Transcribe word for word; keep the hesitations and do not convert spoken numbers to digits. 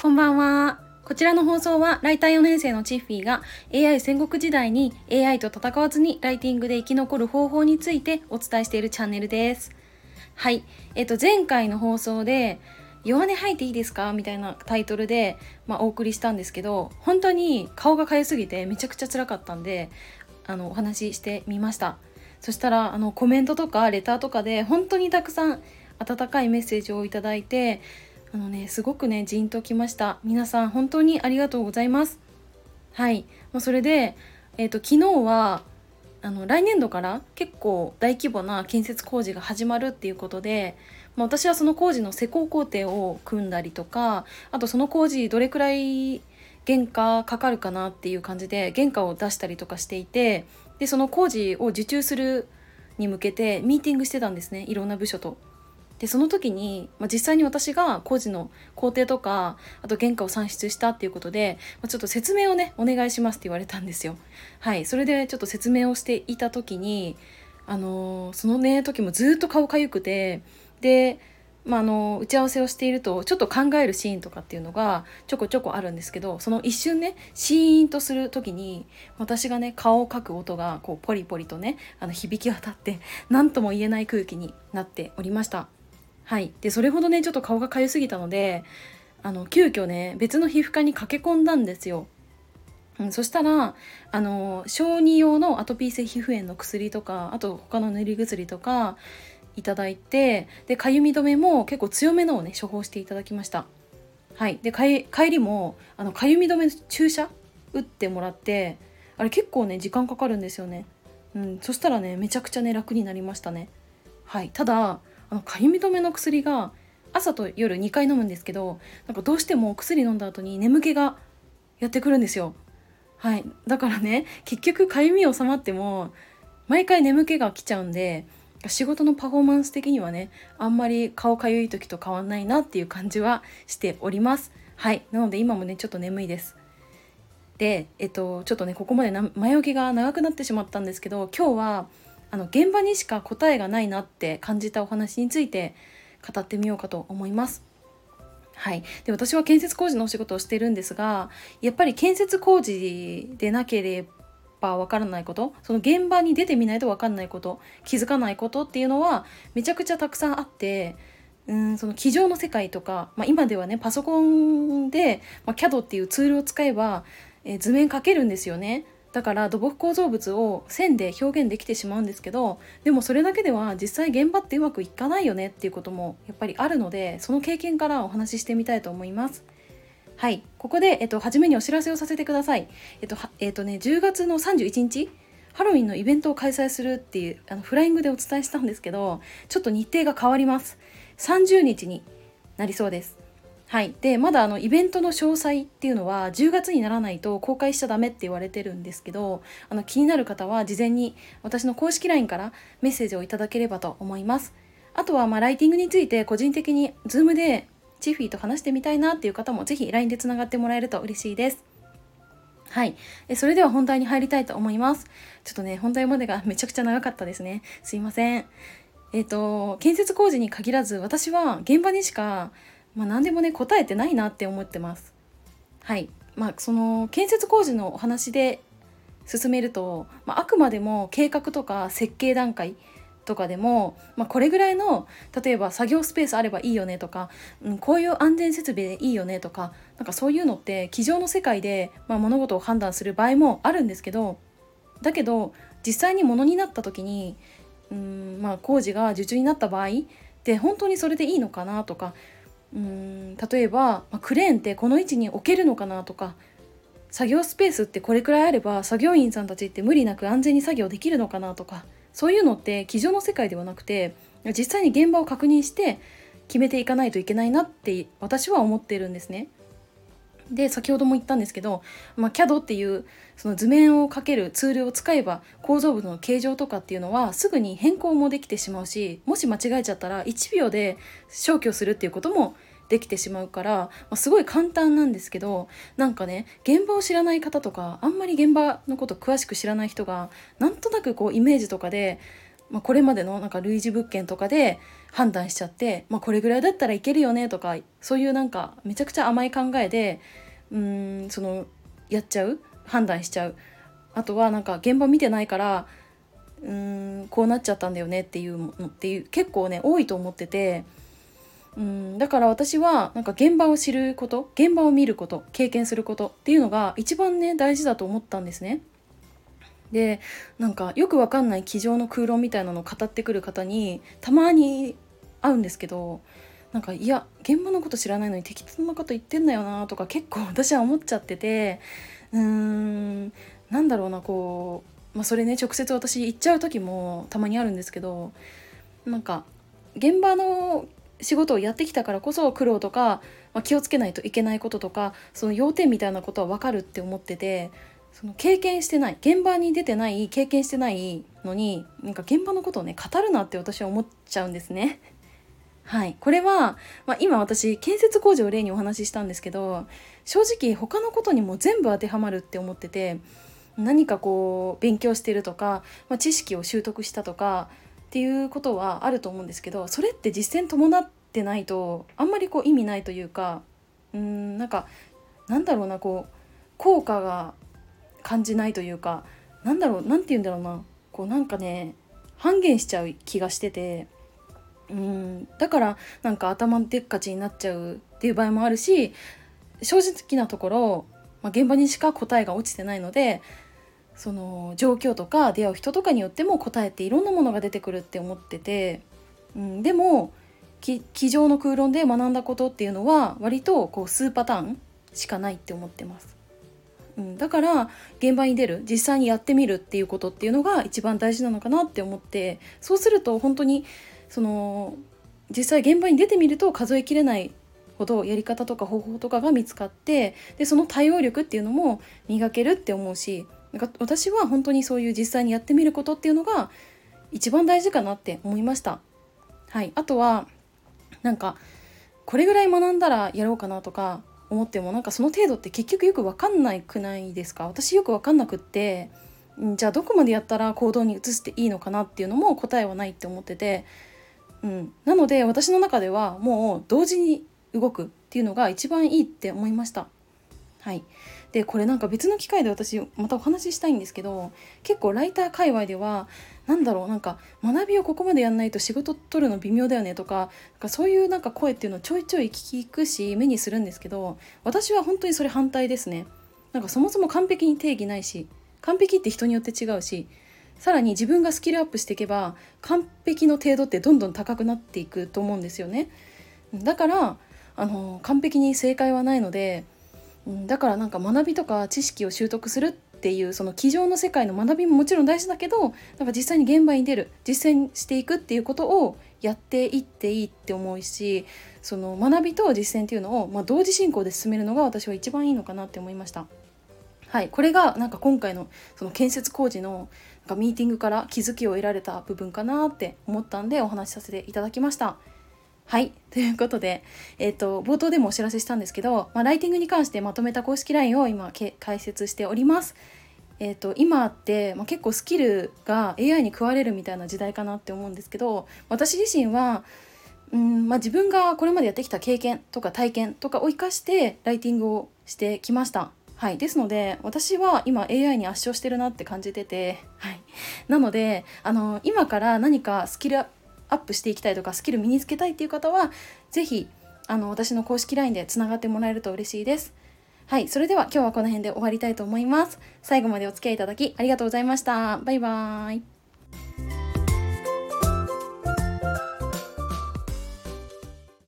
こんばんは。こちらの放送はライターよねん生のチッフィーが エーアイ 戦国時代に エーアイ と戦わずにライティングで生き残る方法についてお伝えしているチャンネルです。はい、えっと前回の放送で弱音吐いていいですかみたいなタイトルで、まあ、お送りしたんですけど、本当に顔がかゆすぎてめちゃくちゃ辛かったんであのお話ししてみました。そしたらあのコメントとかレターとかで本当にたくさん温かいメッセージをいただいて、あのねすごくねジーンときました。皆さん本当にありがとうございます。はい、まあ、それで、えーと、昨日はあの来年度から結構大規模な建設工事が始まるっていうことで、まあ、私はその工事の施工工程を組んだりとか、あとその工事どれくらい原価かかるかなっていう感じで原価を出したりとかしていて、でその工事を受注するに向けてミーティングしてたんですね、いろんな部署と。でその時に、まあ、実際に私が工事の工程とかあと原価を算出したっていうことで、まあ、ちょっと説明をねお願いしますって言われたんですよ。はい、それでちょっと説明をしていた時に、あのーそのね時もずっと顔かゆくて、で、まあ、あの打ち合わせをしているとちょっと考えるシーンとかっていうのがちょこちょこあるんですけど、その一瞬ねシーンとする時に私がね顔をかく音がこうポリポリとねあの響き渡って何とも言えない空気になっておりました。はい、でそれほどねちょっと顔がかゆすぎたので、あの急遽ね別の皮膚科に駆け込んだんですよ。うん、そしたらあの小児用のアトピー性皮膚炎の薬とか、あと他の塗り薬とかいただいて、でかゆみ止めも結構強めのをね処方していただきました。はい、で帰りもあのかゆみ止め注射打ってもらって、あれ結構ね時間かかるんですよね。うん、そしたらねめちゃくちゃね楽になりましたね。はい、ただあのかゆみ止めの薬が朝と夜にかい飲むんですけど、なんかどうしても薬飲んだ後に眠気がやってくるんですよ。はい、だからね結局かゆみ収まっても毎回眠気が来ちゃうんで、仕事のパフォーマンス的にはねあんまり顔かゆい時と変わんないなっていう感じはしております。はい、なので今もねちょっと眠いです。でえっとちょっとねここまでな前置きが長くなってしまったんですけど、今日はあの現場にしか答えがないなって感じたお話について語ってみようかと思います。はい、で私は建設工事のお仕事をしているんですが、やっぱり建設工事でなければわからないこと、その現場に出てみないとわかんないこと、気づかないことっていうのはめちゃくちゃたくさんあって、うーんその机上の世界とか、まあ、今ではねパソコンで、まあ、キャド っていうツールを使えば、えー図面描けるんですよね。だから土木構造物を線で表現できてしまうんですけど、でもそれだけでは実際現場ってうまくいかないよねっていうこともやっぱりあるので、その経験からお話ししてみたいと思います。はい、ここで、えっと、初めにお知らせをさせてください。えっとはえっとね、じゅうがつのさんじゅういちにちハロウィンのイベントを開催するっていうあのフライングでお伝えしたんですけど、ちょっと日程が変わります。さんじゅうにちになりそうです。はい、でまだあのイベントの詳細っていうのはじゅうがつにならないと公開しちゃダメって言われてるんですけど、あの気になる方は事前に私の公式 ライン からメッセージをいただければと思います。あとはまあライティングについて個人的に Zoom でチーフィーと話してみたいなっていう方もぜひ ライン でつながってもらえると嬉しいです。はい、えそれでは本題に入りたいと思います。ちょっとね本題までがめちゃくちゃ長かったですね。すいません。えっと建設工事に限らず私は現場にしかまあ、何でもね答えてないなって思ってます。はい、まあ、その建設工事のお話で進めると、まあ、あくまでも計画とか設計段階とかでも、まあ、これぐらいの例えば作業スペースあればいいよねとか、うん、こういう安全設備でいいよねとか、なんかそういうのって机上の世界で、まあ、物事を判断する場合もあるんですけど、だけど実際に物になった時に、うん、まあ、工事が受注になった場合で本当にそれでいいのかなとか、うーん例えば、まあ、クレーンってこの位置に置けるのかなとか、作業スペースってこれくらいあれば作業員さんたちって無理なく安全に作業できるのかなとか、そういうのって机上の世界ではなくて実際に現場を確認して決めていかないといけないなって私は思っているんですね。で先ほども言ったんですけど、まあ、キャド っていうその図面をかけるツールを使えば構造物の形状とかっていうのはすぐに変更もできてしまうし、もし間違えちゃったらいちびょうで消去するっていうこともできてしまうから、まあ、すごい簡単なんですけど、なんかね現場を知らない方とかあんまり現場のこと詳しく知らない人がなんとなくこうイメージとかでまあ、これまでのなんか類似物件とかで判断しちゃって、まあ、これぐらいだったらいけるよねとか、そういうなんかめちゃくちゃ甘い考えでうーんそのやっちゃう、判断しちゃう。あとはなんか現場見てないからうーんこうなっちゃったんだよねっていうのっていう結構ね多いと思ってて、うんだから私はなんか現場を知ること、現場を見ること、経験することっていうのが一番ね大事だと思ったんですね。でなんかよくわかんない机上の空論みたいなのを語ってくる方にたまに会うんですけど、なんかいや現場のこと知らないのに適当なこと言ってんだよなとか結構私は思っちゃってて、うーんなんだろうなこう、まあ、それね直接私言っちゃう時もたまにあるんですけど、なんか現場の仕事をやってきたからこそ苦労とか、まあ、気をつけないといけないこととかその要点みたいなことは分かるって思ってて、その経験してない現場に出てない経験してないのになんか現場のことをね語るなって私は思っちゃうんですね。はい、これは、まあ、今私建設工事を例にお話ししたんですけど、正直他のことにも全部当てはまるって思ってて、何かこう勉強してるとか、まあ、知識を習得したとかっていうことはあると思うんですけど、それって実践伴ってないとあんまりこう意味ないというか、うーんなんかなんだろうなこう効果が感じないというか、なんだろうなんて言うんだろうな、こうなんかね半減しちゃう気がしてて、うんだからなんか頭でっかちになっちゃうっていう場合もあるし、正直なところ、まあ、現場にしか答えが落ちてないので、その状況とか出会う人とかによっても答えっていろんなものが出てくるって思ってて、うん、でも机上の空論で学んだことっていうのは割とこう数パターンしかないって思ってます。うん、だから現場に出る実際にやってみるっていうことっていうのが一番大事なのかなって思って、そうすると本当にその実際現場に出てみると数えきれないほどやり方とか方法とかが見つかって、でその対応力っていうのも磨けるって思うし、なんか私は本当にそういう実際にやってみることっていうのが一番大事かなって思いました。はい、あとはなんかこれぐらい学んだらやろうかなとか思ってもなんかその程度って結局よく分かんないくないですか。私よく分かんなくって、じゃあどこまでやったら行動に移していいのかなっていうのも答えはないって思ってて、うん、なので私の中ではもう同時に動くっていうのが一番いいって思いました。はい、でこれなんか別の機会で私またお話ししたいんですけど、結構ライター界隈ではなんだろうなんか学びをここまでやんないと仕事取るの微妙だよねとか、なんかそういうなんか声っていうのをちょいちょい聞くし目にするんですけど、私は本当にそれ反対ですね。なんかそもそも完璧に定義ないし、完璧って人によって違うし、さらに自分がスキルアップしていけば完璧の程度ってどんどん高くなっていくと思うんですよね。だからあの完璧に正解はないので、だからなんか学びとか知識を習得するっていうその机上の世界の学びももちろん大事だけど、なんか実際に現場に出る実践していくっていうことをやっていっていいって思うし、その学びと実践っていうのを、まあ、同時進行で進めるのが私は一番いいのかなって思いました。はい、これがなんか今回のその建設工事のなんかミーティングから気づきを得られた部分かなって思ったんでお話しさせていただきました。はい、ということで、えーと、冒頭でもお知らせしたんですけど、まあ、ライティングに関してまとめた公式 ライン を今け解説しております。えーと、今って、まあ、結構スキルが エーアイ に食われるみたいな時代かなって思うんですけど、私自身はうん、まあ、自分がこれまでやってきた経験とか体験とかを生かしてライティングをしてきました。はい、ですので私は今 エーアイ に圧勝してるなって感じてて、はい、なのであの今から何かスキルアップしていきたいとかスキル身につけたいっていう方はぜひあの私の公式 ライン でつながってもらえると嬉しいです。はい、それでは今日はこの辺で終わりたいと思います。最後までお付き合いいただきありがとうございました。バイバーイ。